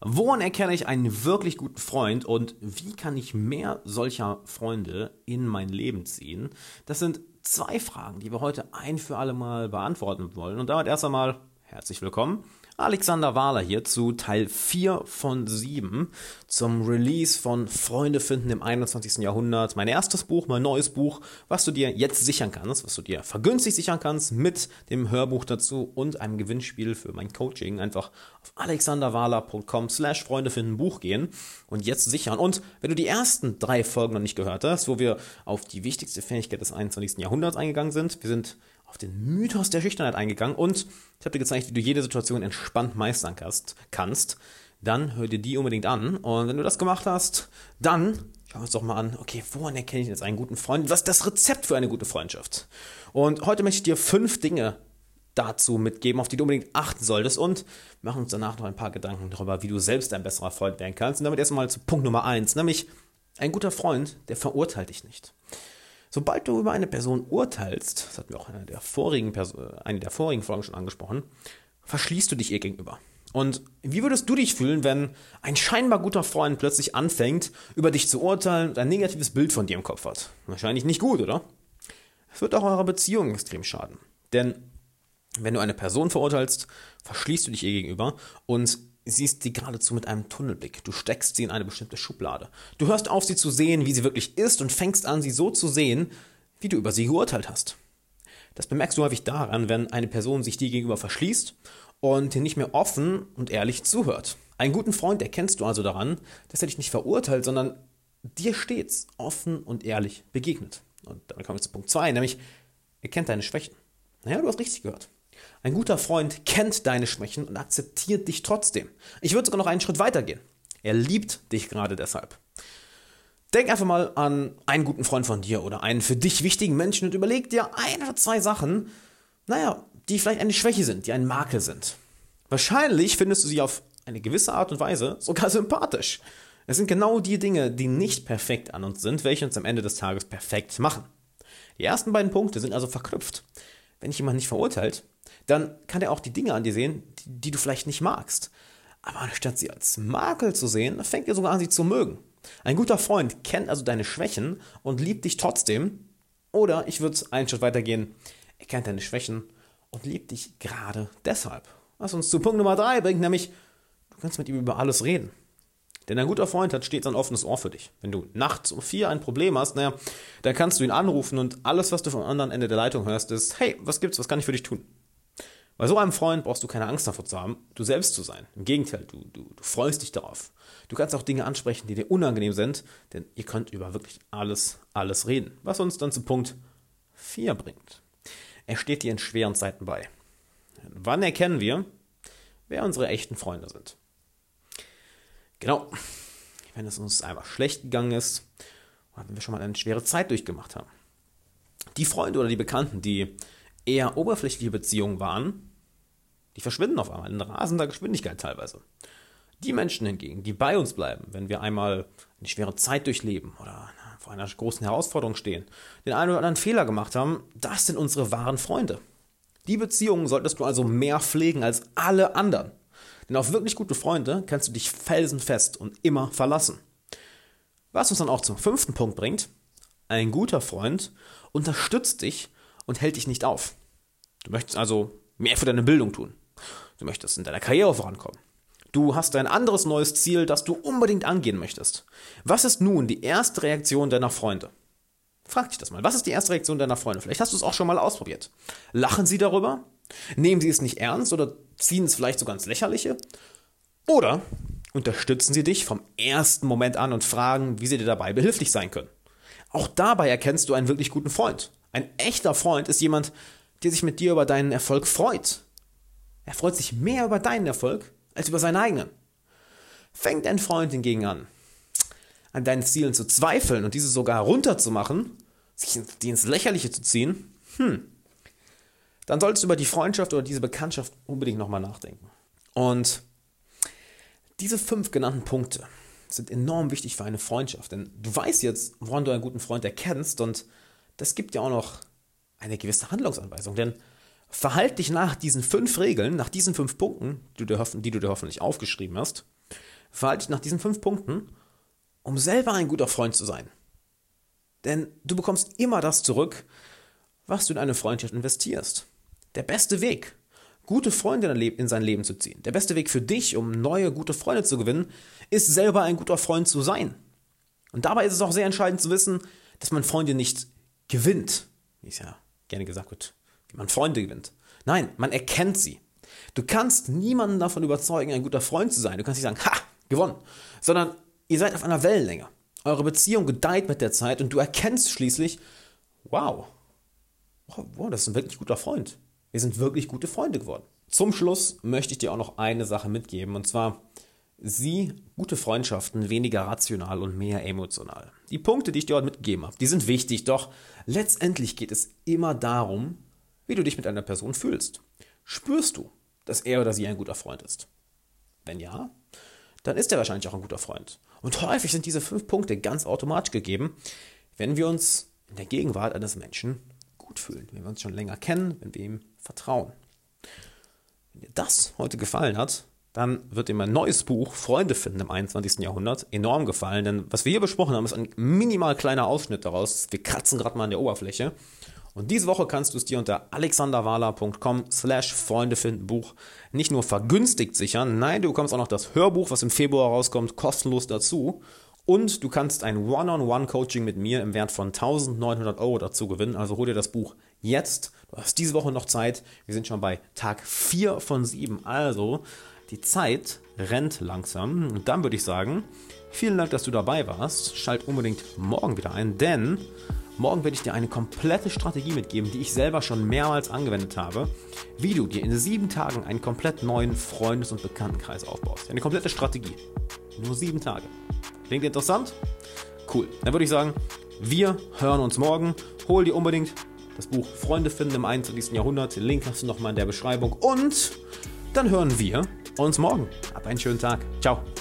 Woran erkenne ich einen wirklich guten Freund und wie kann ich mehr solcher Freunde in mein Leben ziehen? Das sind zwei Fragen, die wir heute ein für alle Mal beantworten wollen. Und damit erst einmal herzlich willkommen. Alexander Wahler hier zu Teil 4 von 7 zum Release von Freunde finden im 21. Jahrhundert. Mein erstes Buch, mein neues Buch, was du dir jetzt sichern kannst, was du dir vergünstigt sichern kannst mit dem Hörbuch dazu und einem Gewinnspiel für mein Coaching. Einfach auf alexanderwahler.com/Freunde finden Buch gehen und jetzt sichern. Und wenn du die ersten 3 Folgen noch nicht gehört hast, wo wir auf die wichtigste Fähigkeit des 21. Jahrhunderts eingegangen sind, wir sind auf den Mythos der Schüchternheit eingegangen und ich habe dir gezeigt, wie du jede Situation entspannt meistern kannst, dann hör dir die unbedingt an. Und wenn du das gemacht hast, dann schauen wir uns doch mal an, okay, woran erkenne ich jetzt einen guten Freund? Was ist das Rezept für eine gute Freundschaft? Und heute möchte ich dir 5 Dinge dazu mitgeben, auf die du unbedingt achten solltest und machen uns danach noch ein paar Gedanken darüber, wie du selbst ein besserer Freund werden kannst. Und damit erstmal zu Punkt Nummer 1, nämlich ein guter Freund, der verurteilt dich nicht. Sobald du über eine Person urteilst, das hatten wir auch in eine der vorigen Folgen schon angesprochen, verschließt du dich ihr gegenüber. Und wie würdest du dich fühlen, wenn ein scheinbar guter Freund plötzlich anfängt, über dich zu urteilen und ein negatives Bild von dir im Kopf hat? Wahrscheinlich nicht gut, oder? Es wird auch eurer Beziehung extrem schaden. Denn wenn du eine Person verurteilst, verschließt du dich ihr gegenüber und siehst sie geradezu mit einem Tunnelblick. Du steckst sie in eine bestimmte Schublade. Du hörst auf, sie zu sehen, wie sie wirklich ist und fängst an, sie so zu sehen, wie du über sie geurteilt hast. Das bemerkst du häufig daran, wenn eine Person sich dir gegenüber verschließt und dir nicht mehr offen und ehrlich zuhört. Einen guten Freund erkennst du also daran, dass er dich nicht verurteilt, sondern dir stets offen und ehrlich begegnet. Und damit kommen wir zu Punkt 2, nämlich er kennt deine Schwächen. Naja, du hast richtig gehört. Ein guter Freund kennt deine Schwächen und akzeptiert dich trotzdem. Ich würde sogar noch einen Schritt weiter gehen. Er liebt dich gerade deshalb. Denk einfach mal an einen guten Freund von dir oder einen für dich wichtigen Menschen und überleg dir 1 oder 2 Sachen, die vielleicht eine Schwäche sind, die ein Makel sind. Wahrscheinlich findest du sie auf eine gewisse Art und Weise sogar sympathisch. Es sind genau die Dinge, die nicht perfekt an uns sind, welche uns am Ende des Tages perfekt machen. Die ersten beiden Punkte sind also verknüpft. Wenn dich jemand nicht verurteilt, dann kann er auch die Dinge an dir sehen, die du vielleicht nicht magst. Aber anstatt sie als Makel zu sehen, fängt er sogar an, sie zu mögen. Ein guter Freund kennt also deine Schwächen und liebt dich trotzdem. Oder ich würde einen Schritt weiter gehen, er kennt deine Schwächen und liebt dich gerade deshalb. Was uns zu Punkt Nummer 3 bringt, nämlich du kannst mit ihm über alles reden. Denn ein guter Freund hat stets ein offenes Ohr für dich. Wenn du nachts um 4 ein Problem hast, dann kannst du ihn anrufen und alles, was du vom anderen Ende der Leitung hörst, ist, hey, was gibt's, was kann ich für dich tun? Bei so einem Freund brauchst du keine Angst davor zu haben, du selbst zu sein. Im Gegenteil, du freust dich darauf. Du kannst auch Dinge ansprechen, die dir unangenehm sind, denn ihr könnt über wirklich alles reden. Was uns dann zu Punkt 4 bringt. Er steht dir in schweren Zeiten bei. Wann erkennen wir, wer unsere echten Freunde sind? Genau, wenn es uns einfach schlecht gegangen ist oder wenn wir schon mal eine schwere Zeit durchgemacht haben. Die Freunde oder die Bekannten, die eher oberflächliche Beziehungen waren, die verschwinden auf einmal in rasender Geschwindigkeit teilweise. Die Menschen hingegen, die bei uns bleiben, wenn wir einmal eine schwere Zeit durchleben oder vor einer großen Herausforderung stehen, den einen oder anderen Fehler gemacht haben, das sind unsere wahren Freunde. Die Beziehungen solltest du also mehr pflegen als alle anderen. Denn auf wirklich gute Freunde kannst du dich felsenfest und immer verlassen. Was uns dann auch zum 5. Punkt bringt, ein guter Freund unterstützt dich und hält dich nicht auf. Du möchtest also mehr für deine Bildung tun. Du möchtest in deiner Karriere vorankommen. Du hast ein anderes neues Ziel, das du unbedingt angehen möchtest. Was ist nun die erste Reaktion deiner Freunde? Frag dich das mal. Was ist die erste Reaktion deiner Freunde? Vielleicht hast du es auch schon mal ausprobiert. Lachen sie darüber? Nehmen sie es nicht ernst oder ziehen es vielleicht sogar ins Lächerliche? Oder unterstützen sie dich vom ersten Moment an und fragen, wie sie dir dabei behilflich sein können? Auch dabei erkennst du einen wirklich guten Freund. Ein echter Freund ist jemand, der sich mit dir über deinen Erfolg freut. Er freut sich mehr über deinen Erfolg als über seinen eigenen. Fängt dein Freund hingegen an deinen Zielen zu zweifeln und diese sogar runterzumachen, sich die ins Lächerliche zu ziehen, dann solltest du über die Freundschaft oder diese Bekanntschaft unbedingt nochmal nachdenken. Und diese 5 genannten Punkte sind enorm wichtig für eine Freundschaft, denn du weißt jetzt, woran du einen guten Freund erkennst und das gibt dir auch noch eine gewisse Handlungsanweisung, denn verhalte dich nach diesen 5 Regeln, nach diesen 5 Punkten, die du dir hoffentlich aufgeschrieben hast, verhalte dich nach diesen 5 Punkten, um selber ein guter Freund zu sein. Denn du bekommst immer das zurück, was du in eine Freundschaft investierst. Der beste Weg, gute Freunde in sein Leben zu ziehen, der beste Weg für dich, um neue, gute Freunde zu gewinnen, ist selber ein guter Freund zu sein. Und dabei ist es auch sehr entscheidend zu wissen, dass man Freunde nicht gewinnt, wie es ja gerne gesagt wird, wie man Freunde gewinnt. Nein, man erkennt sie. Du kannst niemanden davon überzeugen, ein guter Freund zu sein. Du kannst nicht sagen, ha, gewonnen, sondern ihr seid auf einer Wellenlänge. Eure Beziehung gedeiht mit der Zeit und du erkennst schließlich, wow, das ist ein wirklich guter Freund. Wir sind wirklich gute Freunde geworden. Zum Schluss möchte ich dir auch noch eine Sache mitgeben, und zwar, sieh gute Freundschaften weniger rational und mehr emotional. Die Punkte, die ich dir heute mitgegeben habe, die sind wichtig, doch letztendlich geht es immer darum, wie du dich mit einer Person fühlst. Spürst du, dass er oder sie ein guter Freund ist? Wenn ja, dann ist er wahrscheinlich auch ein guter Freund. Und häufig sind diese 5 Punkte ganz automatisch gegeben, wenn wir uns in der Gegenwart eines Menschen gut fühlen, wenn wir uns schon länger kennen, wenn wir ihm vertrauen. Wenn dir das heute gefallen hat, dann wird dir mein neues Buch Freunde finden im 21. Jahrhundert enorm gefallen, denn was wir hier besprochen haben, ist ein minimal kleiner Ausschnitt daraus. Wir kratzen gerade mal an der Oberfläche. Und diese Woche kannst du es dir unter alexanderwahler.com/Freunde-finden-Buch nicht nur vergünstigt sichern, nein, du bekommst auch noch das Hörbuch, was im Februar rauskommt, kostenlos dazu. Und du kannst ein One-on-One-Coaching mit mir im Wert von 1.900 € dazu gewinnen. Also hol dir das Buch jetzt. Du hast diese Woche noch Zeit. Wir sind schon bei Tag 4 von 7. Also die Zeit rennt langsam. Und dann würde ich sagen, vielen Dank, dass du dabei warst. Schalt unbedingt morgen wieder ein, denn morgen werde ich dir eine komplette Strategie mitgeben, die ich selber schon mehrmals angewendet habe, wie du dir in 7 Tagen einen komplett neuen Freundes- und Bekanntenkreis aufbaust. Eine komplette Strategie. Nur 7 Tage. Klingt interessant? Cool. Dann würde ich sagen, wir hören uns morgen. Hol dir unbedingt das Buch Freunde finden im 21. Jahrhundert. Den Link hast du nochmal in der Beschreibung. Und dann hören wir uns morgen. Hab einen schönen Tag. Ciao.